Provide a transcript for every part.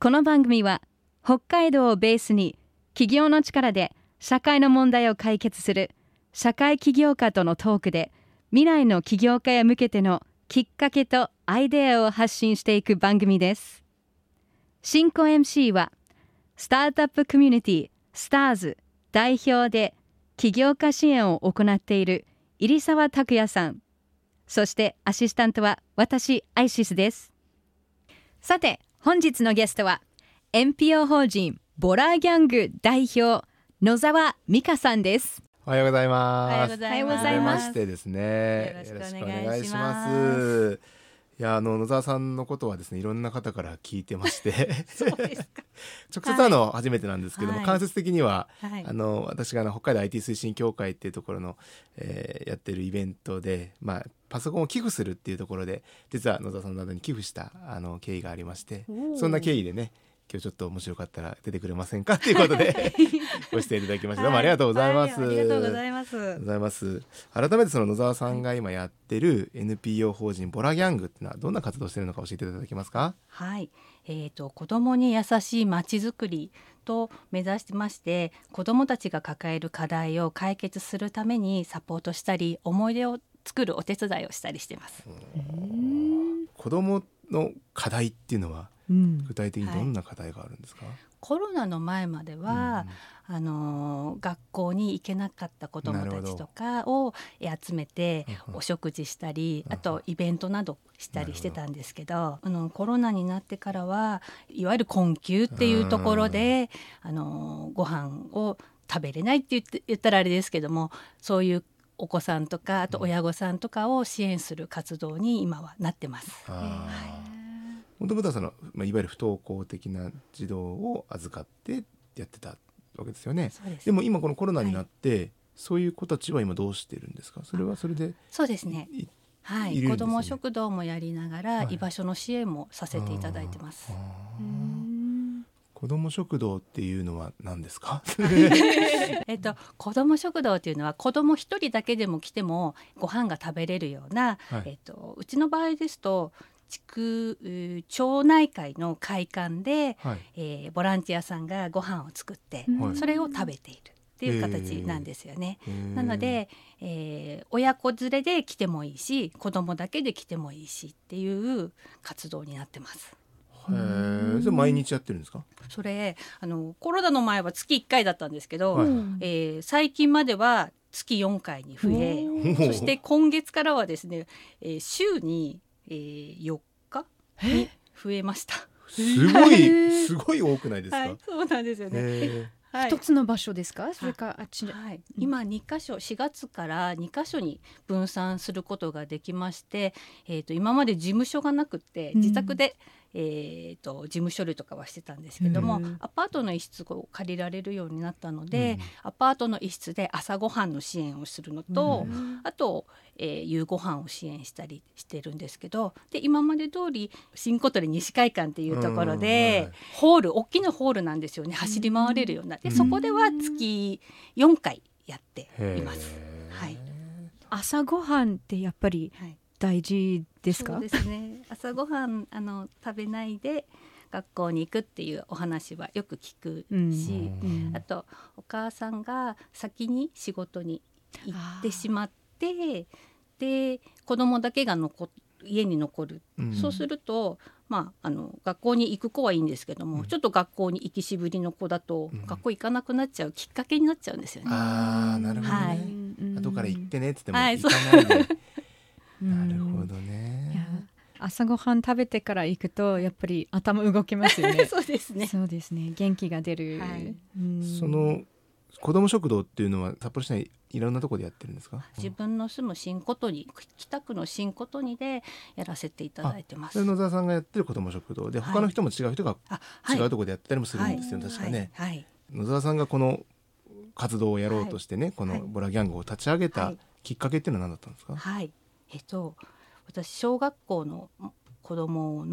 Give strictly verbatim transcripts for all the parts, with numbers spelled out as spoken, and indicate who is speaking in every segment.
Speaker 1: この番組は北海道をベースに企業の力で社会の問題を解決する社会起業家とのトークで、未来の起業家へ向けてのきっかけとアイデアを発信していく番組です。進行 エムシー はスタートアップコミュニティスターズ代表で起業家支援を行っている入澤拓也さん、そしてアシスタントは私アイシスです。さて本日のゲストは エヌピーオー 法人ボラギャング代表野沢美香さんです。
Speaker 2: おはようございます。
Speaker 1: おはようございます。
Speaker 2: はじめましてですね。
Speaker 1: よろしくお願いします。
Speaker 2: いや、あの野沢さんのことはですね、いろんな方から聞いてまして
Speaker 1: そうですか。
Speaker 2: 直接会うのは初めてなんですけども、
Speaker 1: はい、
Speaker 2: 間接的には、
Speaker 1: はい、
Speaker 2: あの私があの北海道 アイティー 推進協会っていうところの、えー、やってるイベントで、まあ、パソコンを寄付するっていうところで実は野沢さんなどに寄付したあの経緯がありまして、そんな経緯でね、今日ちょっと面白かったら出てくれませんかっていうことでご出演いただきました。どうもありがとうございます。
Speaker 1: はいはい、ありがとうございます。
Speaker 2: ございます。改めてその野沢さんが今やってる エヌピーオー 法人ボラギャングっていうのはどんな活動しているのか教えていただけますか？
Speaker 3: はい、えーと、子どもに優しいまちづくりと目指してまして、子どもたちが抱える課題を解決するためにサポートしたり、思い出を作るお手伝いをしたりしてます。
Speaker 2: 子どもの課題っていうのは具体的にどんな課題があるんですか？はい、
Speaker 3: コロナの前までは、うん、あの学校に行けなかった子どもたちとかを集めてお食事したり、あとイベントなどしたりしてたんですけど、あのコロナになってからはいわゆる困窮っていうところで、あのご飯を食べれないって言って、言ったらあれですけども、そういうお子さんとかあと親御さんとかを支援する活動に今はなってます。
Speaker 2: もともとはその、まあ、いわゆる不登校的な児童を預かってやってたわけですよね。 で, でも今このコロナになって、はい、そういう子たちは今どうしてるんですか？それはそれで。
Speaker 3: そうですね、はい、子ども食堂もやりながら、はい、居場所の支援もさせていただいてます。
Speaker 2: 子ども食堂っていうのは何ですか？
Speaker 3: えっと、子ども食堂っていうのは子ども一人だけでも来てもご飯が食べれるような、はい、えっと、うちの場合ですと地区町内会の会館で、はい、えー、ボランティアさんがご飯を作って、はい、それを食べているっていう形なんですよね。なので、えー、親子連れで来てもいいし、子供だけで来てもいいしっていう活動になってます。
Speaker 2: へー、それ毎日やってるんですか？
Speaker 3: それあのコロナの前は月いっかいだったんですけど、はい、えー、最近までは月よんかいに増え、そして今月からはですね、えー、週にえー、よっかに増えました。
Speaker 2: すごいすごい多くないですか？はい、
Speaker 3: そうなんですよね。
Speaker 1: はい、一つの場所ですか？それかあっち、
Speaker 3: はい、今にかしょ、しがつからにかしょに分散することができまして、えーと、今まで事務所がなくって自宅で、うん、えーと、事務処理とかはしてたんですけども、うん、アパートの一室を借りられるようになったので、うん、アパートの一室で朝ごはんの支援をするのと、うん、あと、えー、夕ごはんを支援したりしてるんですけど、で今まで通り新小鳥西会館っていうところで、うん、はい、ホール大きなホールなんですよね。走り回れるような、でそこでは月よんかいやっています。はい、
Speaker 1: 朝ごはんってやっぱり大事ですか？
Speaker 3: はい、そうですね。朝ごはんあの食べないで学校に行くっていうお話はよく聞くし、うん、あとお母さんが先に仕事に行ってしまって、で子供だけが残家に残る、うん、そうすると、まあ、あの学校に行く子はいいんですけども、うん、ちょっと学校に行きしぶりの子だと、うん、学校行かなくなっちゃうきっかけになっちゃうんですよね。
Speaker 2: あー、なるほどね、はい、後から行ってねって言っても行かないで、はい、なるほどね。
Speaker 1: いや、朝ごはん食べてから行くとやっぱり頭動きますよね。
Speaker 3: そうですね。
Speaker 1: そうですね、元気が出る、はい、
Speaker 2: うん、その子ども食堂っていうのは札幌市内いろんなところでやってるんですか？
Speaker 3: 自分の住む新琴に、北区の新琴にでやらせていただいてます。
Speaker 2: それ野沢さんがやってる子ども食堂で、はい、他の人も違う人が違うところでやったりもするんですよ、はい、確かね、はいはい、野沢さんがこの活動をやろうとしてね、はい、このボラギャングを立ち上げたきっかけっていうのは何だったんですか？
Speaker 3: はい、えっと、私小学校の子どもの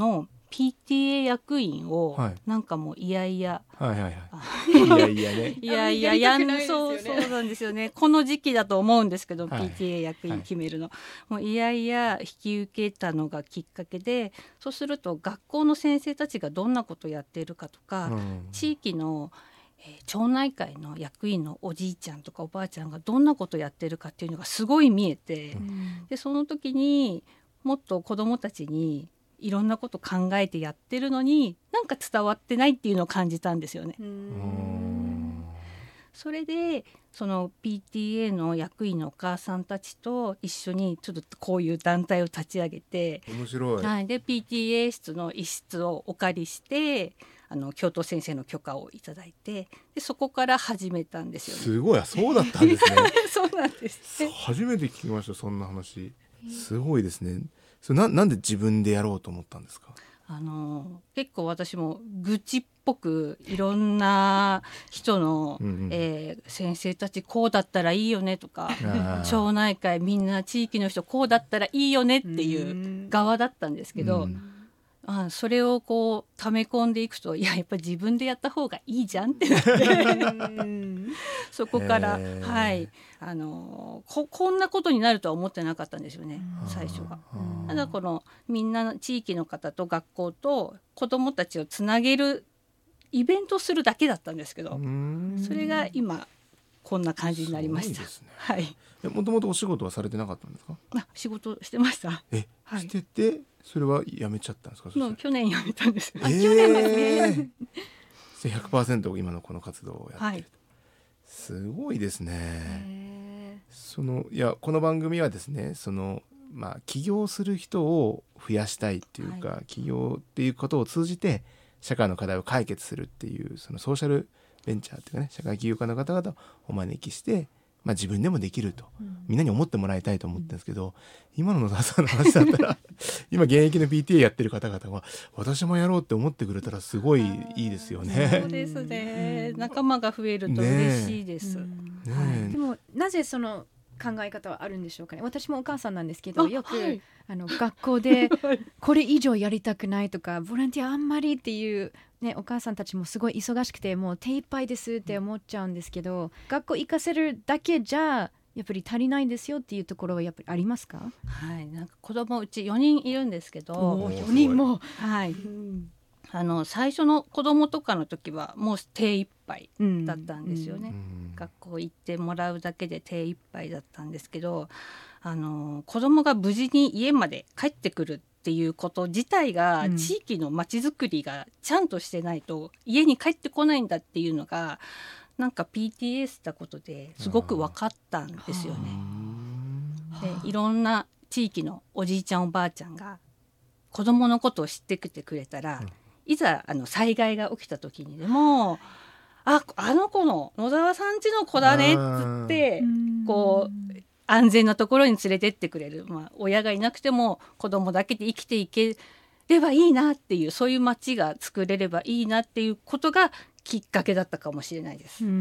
Speaker 3: ピーティーエー 役員を
Speaker 2: はい
Speaker 3: なんかもういやいや、
Speaker 2: はいはいはいいやいやね
Speaker 3: いやいややんそうそうなんですよね。この時期だと思うんですけど、
Speaker 2: はい
Speaker 3: ピーティーエー 役員決めるの、もういやいや引き受けたのがきっかけで、そうすると学校の先生たちがどんなことをやっているかとか、
Speaker 2: うん
Speaker 3: 地域の、えー町内会の役員のおじいちゃんとかおばあちゃんがどんなことをやってるかっていうのがすごい見えて、
Speaker 2: うん
Speaker 3: でその時にもっと子どもたちにいろんなこと考えてやってるのになんか伝わってないっていうのを感じたんですよね。
Speaker 2: うん
Speaker 3: それでその ピーティーエー の役員のお母さんたちと一緒にちょっとこういう団体を立ち上げて、
Speaker 2: 面白い、
Speaker 3: はい、で ピーティーエー 室の一室をお借りしてあの教頭先生の許可をいただいて、でそこから始めたんですよね。
Speaker 2: すごい、あそうだったんですね
Speaker 3: そうなんですね。
Speaker 2: 初めて聞きましたそんな話。すごいですね。それ な, なんで自分でやろうと思ったんですか？
Speaker 3: あの結構私も愚痴っぽくいろんな人の、
Speaker 2: うんうん
Speaker 3: えー先生たちこうだったらいいよねとか、
Speaker 2: あー
Speaker 3: 町内会みんな地域の人こうだったらいいよねっていう側だったんですけど、
Speaker 2: うん
Speaker 3: あそれをこう溜め込んでいくと、いややっぱり自分でやった方がいいじゃんってなってそこから、
Speaker 2: へー
Speaker 3: はいあのここんなことになるとは思ってなかったんですよね、最初は。ただこのみんな地域の方と学校と子どもたちをつなげるイベントをするだけだったんですけど、それが今こんな感じになりました。
Speaker 2: すごいですね。
Speaker 3: はい
Speaker 2: もともとお仕事はされてなかったんですか？
Speaker 3: あ仕事してました。
Speaker 2: え、
Speaker 3: はい
Speaker 2: しててそれはやめちゃったんですか？そしたら
Speaker 3: もう去年辞めたんですよ。
Speaker 2: えー、ひゃくパーセント 今のこの活動をやってる、
Speaker 3: はい、
Speaker 2: すごいですね。そのいやこの番組はですね、そのまあ起業する人を増やしたいっていうか、
Speaker 3: は
Speaker 2: 起業っていうことを通じて社会の課題を解決するっていうそのソーシャルベンチャーっていうかね、社会起業家の方々をお招きして、まあ、自分でもできると、みんなに思ってもらいたいと思ってるんですけど、今の野沢さんの話だったら今現役の ピーティーエー やってる方々は私もやろうって思ってくれたらすごいいいですよ
Speaker 3: そ
Speaker 2: ね
Speaker 3: う。ですね。仲間が増えると嬉しいです。
Speaker 2: ねえ
Speaker 4: でもなぜその考え方はあるんでしょうかね。私もお母さんなんですけど、よく、
Speaker 3: はい
Speaker 4: あの学校でこれ以上やりたくないとかボランティアあんまりっていう、ね、お母さんたちもすごい忙しくてもう手一杯ですって思っちゃうんですけど、学校行かせるだけじゃやっぱり足りないんですよっていうところはやっぱりありますか？
Speaker 3: はい、なんか子供うちよにんいるんですけど、
Speaker 2: おー
Speaker 4: よにんも、
Speaker 3: はい、あの最初の子供とかの時はもう手一杯
Speaker 4: うん
Speaker 3: だったんですよね。
Speaker 2: うん
Speaker 3: 学校行ってもらうだけで手一杯だったんですけど、あの子供が無事に家まで帰ってくるっていうこと自体が、
Speaker 4: うん
Speaker 3: 地域のまちづくりがちゃんとしてないと家に帰ってこないんだっていうのがなんか ピーティーエー したことですごく分かったんですよね。でいろんな地域のおじいちゃんおばあちゃんが子供のことを知ってきてくれたら、
Speaker 2: うん
Speaker 3: いざあの災害が起きた時にでもああの子の野沢さん家の子だねっつってこう安全なところに連れてってくれる、まあ、親がいなくても子供だけで生きていければいいなっていう、そういう街が作れればいいなっていうことがきっかけだったかもしれないです。
Speaker 4: う
Speaker 2: うん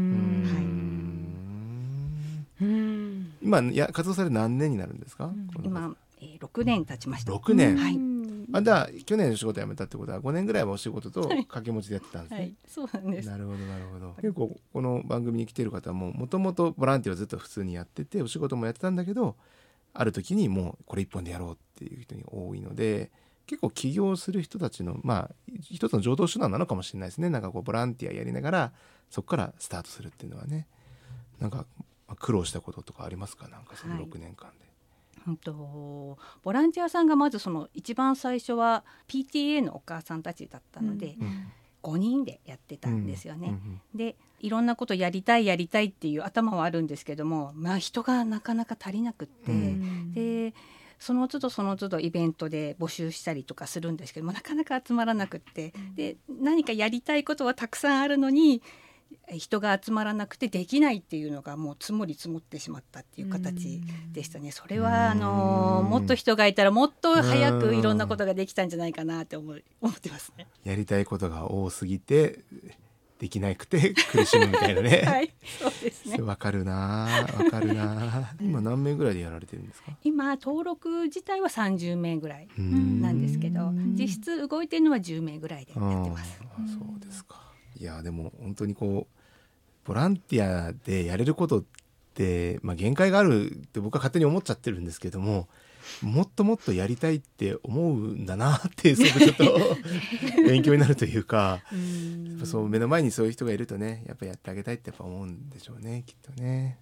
Speaker 2: ん
Speaker 4: うん
Speaker 2: 今いや活動されて何年になるんですか？この
Speaker 3: 今、えー、ろくねん経ちました。
Speaker 2: ろくねん、
Speaker 3: はい
Speaker 2: あじゃあ去年仕事辞めたってことはごねんぐらいはお仕事と掛け持ちでやってたんですね、
Speaker 3: はい、そうなんです。
Speaker 2: なるほどなるほど。結構この番組に来てる方ももともとボランティアをずっと普通にやっててお仕事もやってたんだけど、ある時にもうこれ一本でやろうっていう人に多いので、結構起業する人たちのまあ一つの常套手段なのかもしれないですね。なんかこうボランティアやりながらそこからスタートするっていうのはね。なんかまあ苦労したこととかありますか？なんかそのろくねんかんで、
Speaker 3: うんとボランティアさんがまずその一番最初は ピーティーエー のお母さんたちだったので、
Speaker 2: うん
Speaker 3: ごにんでやってたんですよね。
Speaker 2: うんうん
Speaker 3: でいろんなことやりたいやりたいっていう頭はあるんですけども、まあ、人がなかなか足りなくって、
Speaker 2: うん
Speaker 3: でその都度その都度イベントで募集したりとかするんですけども、なかなか集まらなくって、で何かやりたいことはたくさんあるのに人が集まらなくてできないっていうのがもう積もり積もってしまったっていう形でしたね。それはあのもっと人がいたらもっと早くいろんなことができたんじゃないかなって思い思ってますね。
Speaker 2: やりたいことが多すぎてできなくて苦しむみたいなね
Speaker 3: はいそうですね。
Speaker 2: わかるなわかるな今何名ぐらいでやられてるんですか？
Speaker 3: 今登録自体はさんじゅうめいぐらい
Speaker 2: うん
Speaker 3: なんですけど、実質動いてるのはじゅうめいぐらいでやってます。
Speaker 2: あーそうですか。いやでも本当にこうボランティアでやれることって、まあ、限界があるって僕は勝手に思っちゃってるんですけども、もっともっとやりたいって思うんだなってすごくちょっと勉強になるというか、やっぱそう目の前にそういう人がいるとね、やっぱやってあげたいってやっぱ思うんでしょうね、きっとね。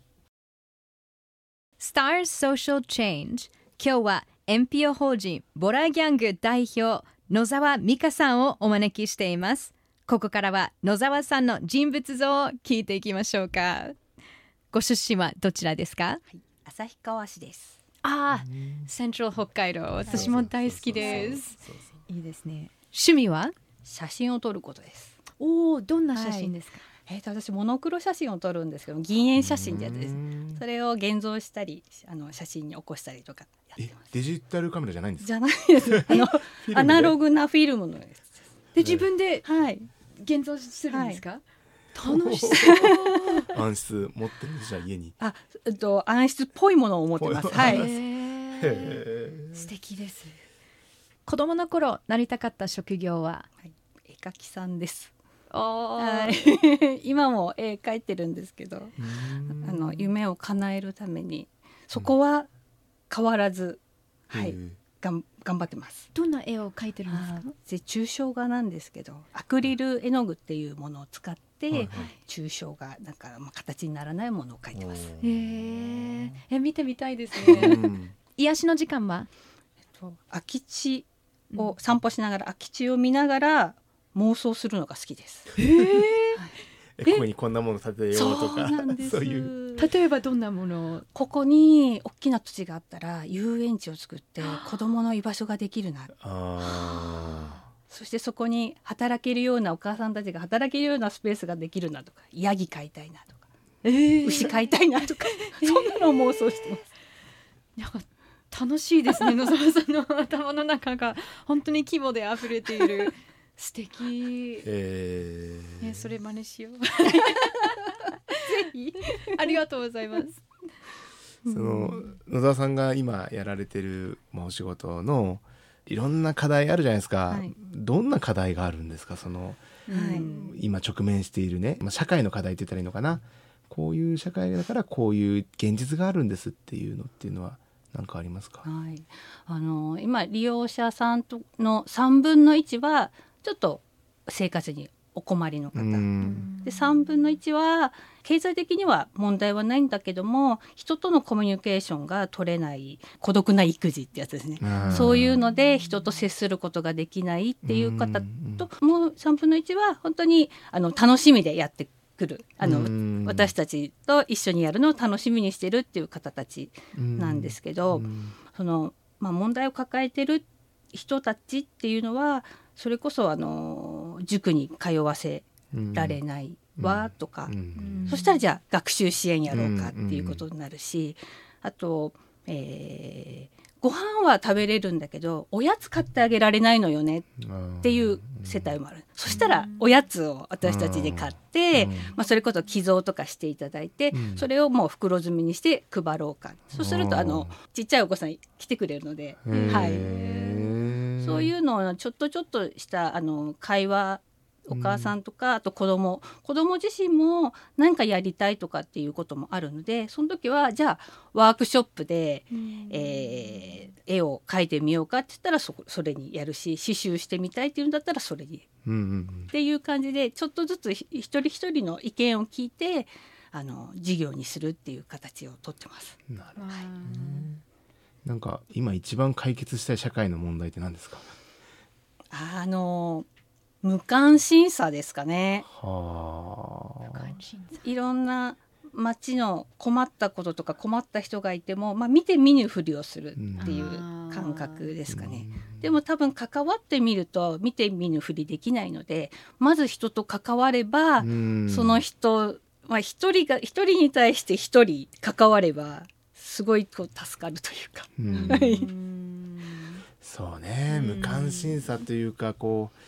Speaker 1: Stars Social Change、 今日は エヌピーオー 法人ボラギャング代表野沢美香さんをお招きしています。ここからは野沢さんの人物像を聞いていきましょうか。ご出身はどちらですか？
Speaker 3: はい、旭川市です。
Speaker 1: ああ、セントラル北海道、私も大好きです。
Speaker 2: そうそうそう
Speaker 4: いいですね。
Speaker 1: 趣味は？
Speaker 3: 写真を撮ることです。
Speaker 4: おお、どんな写真ですか？
Speaker 3: えー、と私モノクロ写真を撮るんですけど、銀塩写真ってやつです。それを現像したり、あの写真に起こしたりとかやって
Speaker 2: え
Speaker 3: ます。
Speaker 2: デジタルカメラじゃないんですか？
Speaker 3: じゃないですあのアナログなフィルムのやつです。
Speaker 4: で自分で
Speaker 3: はい、
Speaker 4: 現像するんですか？
Speaker 3: は
Speaker 4: 楽しそう。
Speaker 2: 暗室持ってるんですじゃあ家に。
Speaker 3: あ、えっと暗室っぽいものを持ってます。は
Speaker 2: ぽい
Speaker 3: い。
Speaker 4: へ
Speaker 2: へ
Speaker 4: ー
Speaker 2: ー
Speaker 4: 素敵です。
Speaker 1: 子供の頃なりたかった職業は？
Speaker 3: はい、絵描きさんです。
Speaker 1: お
Speaker 3: は
Speaker 1: ー、
Speaker 3: い、今も絵描いてるんですけど、
Speaker 2: うん
Speaker 3: あの夢を叶えるためにそこは変わらず、はい、
Speaker 2: へー
Speaker 3: がん頑張ってます。
Speaker 4: どんな絵を描いてるんですか？
Speaker 3: で抽象画なんですけど、アクリル絵の具っていうものを使って、
Speaker 2: はいはい
Speaker 3: 抽象画なんか、まあ、形にならないものを描いてます。
Speaker 2: お
Speaker 4: へ
Speaker 2: ー
Speaker 4: え、え見てみたいです
Speaker 2: う
Speaker 4: ね。
Speaker 2: ん
Speaker 1: 癒しの時間は？
Speaker 3: と空き地を散歩しながら、空き地を見ながら妄想するのが好きです。
Speaker 2: えここにこんなもの建てようとか
Speaker 3: そうなんです。
Speaker 2: そういう
Speaker 4: 例えばどんなものを？
Speaker 3: ここに大きな土地があったら遊園地を作って子どもの居場所ができるな、
Speaker 2: あ
Speaker 3: そしてそこに働けるようなお母さんたちが働けるようなスペースができるなとか、ヤギ飼いたいなとか、
Speaker 4: えー
Speaker 3: 牛飼いたいなとかそんなのを妄想してます。
Speaker 4: なんか楽しいですね。野沢さんの頭の中が本当に規模で溢れている。素敵。
Speaker 2: ーえー
Speaker 4: えそれ真似しよう。
Speaker 3: ぜひ
Speaker 4: ありがとうございます。
Speaker 2: その野沢さんが今やられてる、まあ、お仕事のいろんな課題あるじゃないですか、
Speaker 3: はい、
Speaker 2: どんな課題があるんですか？その
Speaker 3: はい
Speaker 2: 今直面しているね、まあ、社会の課題って言ったらいいのかな、こういう社会だからこういう現実があるんですっていうのっていうのは何かありますか？
Speaker 3: はい、あの今利用者さんとのさんぶんのいちはちょっと生活にお困りの方、
Speaker 2: うん
Speaker 3: でさんぶんのいちは経済的には問題はないんだけども、人とのコミュニケーションが取れない孤独な育児ってやつですね。そういうので人と接することができないっていう方と、もうさんぶんのいちは本当にあの楽しみでやってくる、あの
Speaker 2: うん
Speaker 3: 私たちと一緒にやるのを楽しみにしてるっていう方たちなんですけど、
Speaker 2: うん
Speaker 3: その、まあ、問題を抱えてる人たちっていうのはそれこそあの塾に通わせられないわとか、
Speaker 2: うん
Speaker 3: そしたらじゃあ学習支援やろうかっていうことになるし、あと、えーご飯は食べれるんだけどおやつ買ってあげられないのよねっていう世帯もある。そしたらおやつを私たちで買って、
Speaker 2: うん
Speaker 3: まあ、それこそ寄贈とかしていただいて、
Speaker 2: うん
Speaker 3: それをもう袋詰めにして配ろうか。そうするとあの
Speaker 2: うん
Speaker 3: ちっちゃいお子さん来てくれるので、はい、そういうのをちょっとちょっとしたあの会話、お母さんとかあと子供子供自身も何かやりたいとかっていうこともあるので、その時はじゃあワークショップで、えー絵を描いてみようかって言ったら そ, それにやるし、刺繍してみたいっていうんだったらそれに、
Speaker 2: うんうん
Speaker 3: っていう感じでちょっとずつ一人一人の意見を聞いてあの授業にするっていう形をとってます。
Speaker 2: なるほど。なんか今一番解決したい社会の問題って何ですか？
Speaker 3: あの無関心さですかね。
Speaker 2: はあ。
Speaker 3: いろんな町の困ったこととか困った人がいても、まあ、見て見ぬふりをするっていう感覚ですかね。でも多分関わってみると見て見ぬふりできないので、まず人と関われば、
Speaker 2: うん
Speaker 3: その人、まあ、一人が一人に対して一人関わればすごいこう助かるというか、
Speaker 2: うん
Speaker 3: はい
Speaker 2: そうね、無関心さというかこう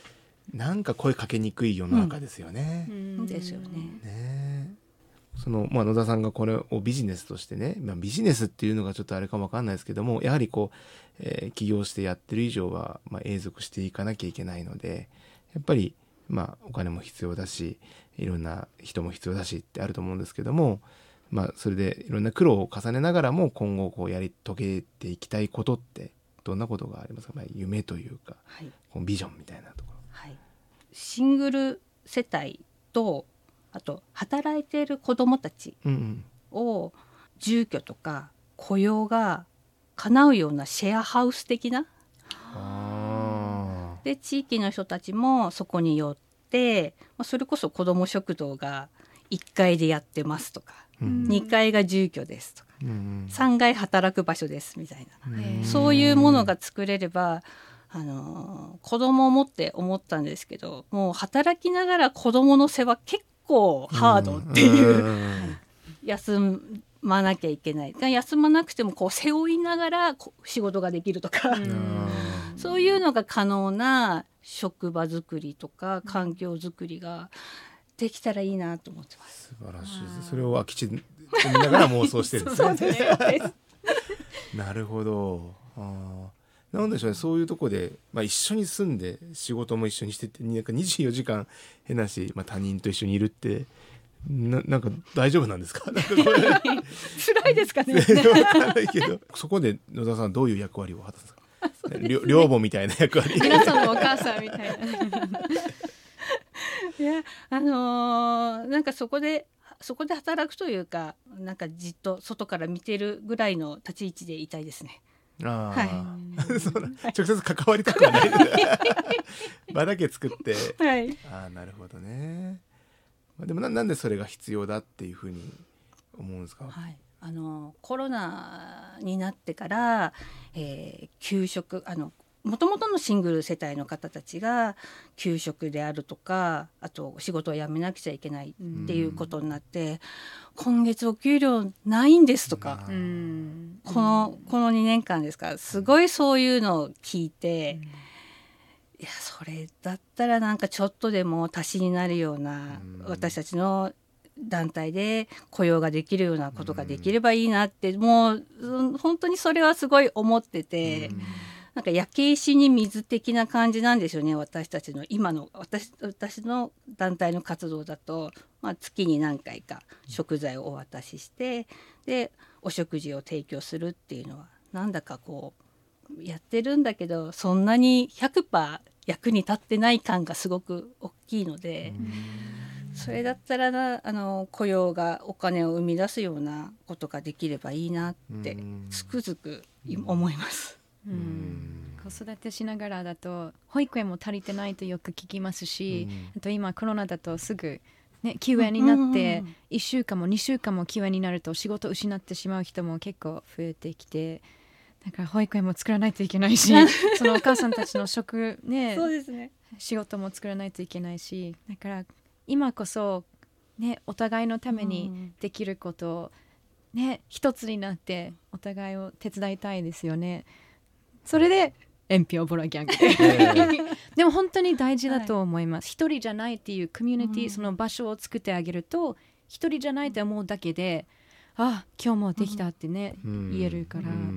Speaker 2: なんか声かけにくい世の中ですよね。
Speaker 3: うんですよね。
Speaker 2: ねそのまあ、野田さんがこれをビジネスとしてね、まあ、ビジネスっていうのがちょっとあれかもわかんないですけども、やはりこう、えー起業してやってる以上は、まあ、永続していかなきゃいけないので、やっぱり、まあ、お金も必要だし、いろんな人も必要だしってあると思うんですけども、まあ、それでいろんな苦労を重ねながらも今後こうやり遂げていきたいことってどんなことがありますか？まあ、夢というか、
Speaker 3: はい
Speaker 2: このビジョンみたいなところ。
Speaker 3: はい、シングル世帯とあと働いている子どもたち
Speaker 2: うん
Speaker 3: を住居とか雇用が叶うようなシェアハウス的な
Speaker 2: あ
Speaker 3: で地域の人たちもそこに寄って、まあ、それこそ子ども食堂がいっかいでやってますとか、
Speaker 2: ーうん
Speaker 3: にかいが住居ですとか、
Speaker 2: うん
Speaker 3: さんがい働く場所ですみたいな、
Speaker 2: うん
Speaker 3: そういうものが作れれば、あのー子供を持って思ったんですけど、もう働きながら子供の世話結構ハードっていう、
Speaker 2: ん
Speaker 3: 休まなきゃいけない、休まなくてもこう背負いながらこう仕事ができるとか、
Speaker 4: うん
Speaker 3: そういうのが可能な職場づくりとか環境づくりができたらいいなと思ってます。
Speaker 2: 素晴らしいです。それを空き地で見ながら妄想してるんですね。なるほど。あーなんでしょうね、そういうとこで、まあ、一緒に住んで仕事も一緒にしてて、なんかにじゅうよじかん変なし、まあ、他人と一緒にいるってななんか大丈夫なんですか？なんかこれ
Speaker 3: 辛いですかね。
Speaker 2: わからないけど、そこで野田さんどういう役割を果たすんですか？両両母みたいな役割。
Speaker 4: 皆さんのお母さんみたいな。
Speaker 3: いや、あのーなんかそこでそこで働くというか、なんかじっと外から見てるぐらいの立ち位置でいたいですね。
Speaker 2: あ
Speaker 3: は
Speaker 2: ーそうな直接関わりたくはない場だけ作って
Speaker 3: はい。
Speaker 2: ああなるほどね。まあでも な, なんでそれが必要だっていうふうに思うんですか？
Speaker 3: はい、あのコロナになってから、えー給食あのもともとのシングル世帯の方たちが給食であるとか、あと仕事を辞めなくちゃいけないっていうことになって、今月お給料ないんですとか、
Speaker 2: う
Speaker 4: うん
Speaker 3: このこのにねんかんですか、すごいそういうのを聞いて、いやそれだったらなんかちょっとでも足しになるような、
Speaker 2: うん
Speaker 3: 私たちの団体で雇用ができるようなことができればいいなって、もううん本当にそれはすごい思ってて、なんか焼け石に水的な感じなんですよね。私たちの今の 私, 私の団体の活動だと、まあ、月に何回か食材をお渡ししてでお食事を提供するっていうのはなんだかこうやってるんだけど、そんなに ひゃくパーセント 役に立ってない感がすごく大きいので、それだったらなあの雇用がお金を生み出すようなことができればいいなってつくづく思います。
Speaker 4: うん、子育てしながらだと保育園も足りてないとよく聞きますし、
Speaker 2: うん
Speaker 4: あと今コロナだとすぐ、ね、休園になって
Speaker 3: うん
Speaker 4: いっしゅうかんもにしゅうかんも休園になると仕事を失ってしまう人も結構増えてきて、だから保育園も作らないといけないしそのお母さんたちの食、ね、
Speaker 3: そうですね。
Speaker 4: 仕事も作らないといけないし、だから今こそ、ね、お互いのためにできることを、ね、一つになってお互いを手伝いたいですよね。それでエンピオボラギャングでも本当に大事だと思います、はい、一人じゃないっていうコミュニティ、うん、その場所を作ってあげると一人じゃないと思うだけで、あ今日もできたってね、うん、言えるから、うんうん、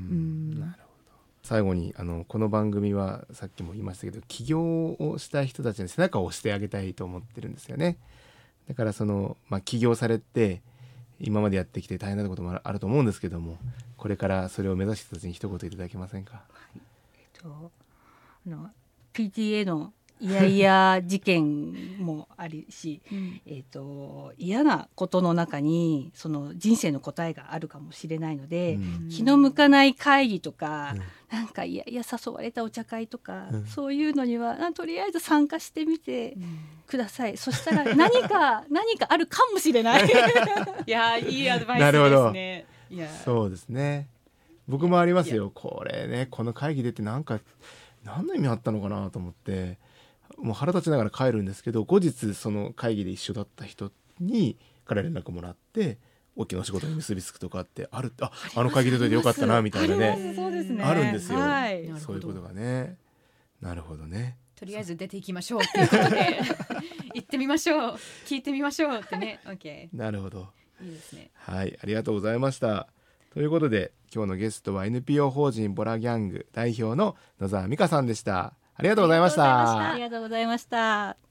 Speaker 2: なるほど。最後にあのこの番組はさっきも言いましたけど、起業をした人たちに背中を押してあげたいと思ってるんですよね。だからその、まあ、起業されて今までやってきて大変なこともあると思うんですけども、これからそれを目指す人たちに一言いただけませんか？
Speaker 3: はいえっと、あの ピーティーエー のいやいや事件もありし、うんえっと、嫌なことの中にその人生の答えがあるかもしれないので、うん、気の向かない会議とか、うん、なんかいやいや誘われたお茶会とか、うん、そういうのにはとりあえず参加してみてください、うん、そしたら何か何かあるかもしれないいやいいアドバイスですね。いや
Speaker 2: そうですね。僕もありますよ。これね、この会議出てなんか何の意味あったのかなと思ってもう腹立ちながら帰るんですけど、後日その会議で一緒だった人にから連絡もらって大きなお仕事に結びつくとかってある。あ、あの会議出といてよかったなみたいなね、
Speaker 3: そうですね、
Speaker 2: あるんですよ、
Speaker 3: はい、
Speaker 2: そういうことがね。なるほどね。
Speaker 4: とりあえず出ていきましょうっていうことで行ってみましょう、聞いてみましょうってね。 OK、
Speaker 2: なるほど、
Speaker 4: いいですね。
Speaker 2: はい、ありがとうございました。ということで今日のゲストは エヌピーオー 法人ボラギャング代表の野沢美香さんでした。ありがとうございました。
Speaker 3: ありがとうございました。